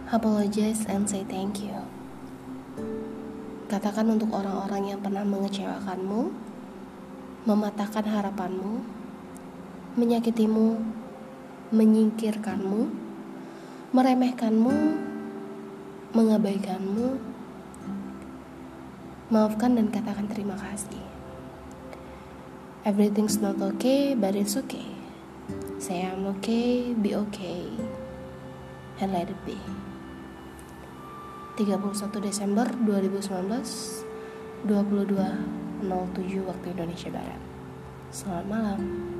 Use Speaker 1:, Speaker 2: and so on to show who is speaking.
Speaker 1: Apologize and say thank you. Katakan untuk orang-orang yang pernah mengecewakanmu, mematahkan harapanmu, menyakitimu, menyingkirkanmu, meremehkanmu, mengabaikanmu. Maafkan dan katakan terima kasih. Everything's not okay, but it's okay. Say I'm okay, be okay, and let it be. 31 Desember 2019, 22.07 waktu Indonesia Barat. Selamat malam.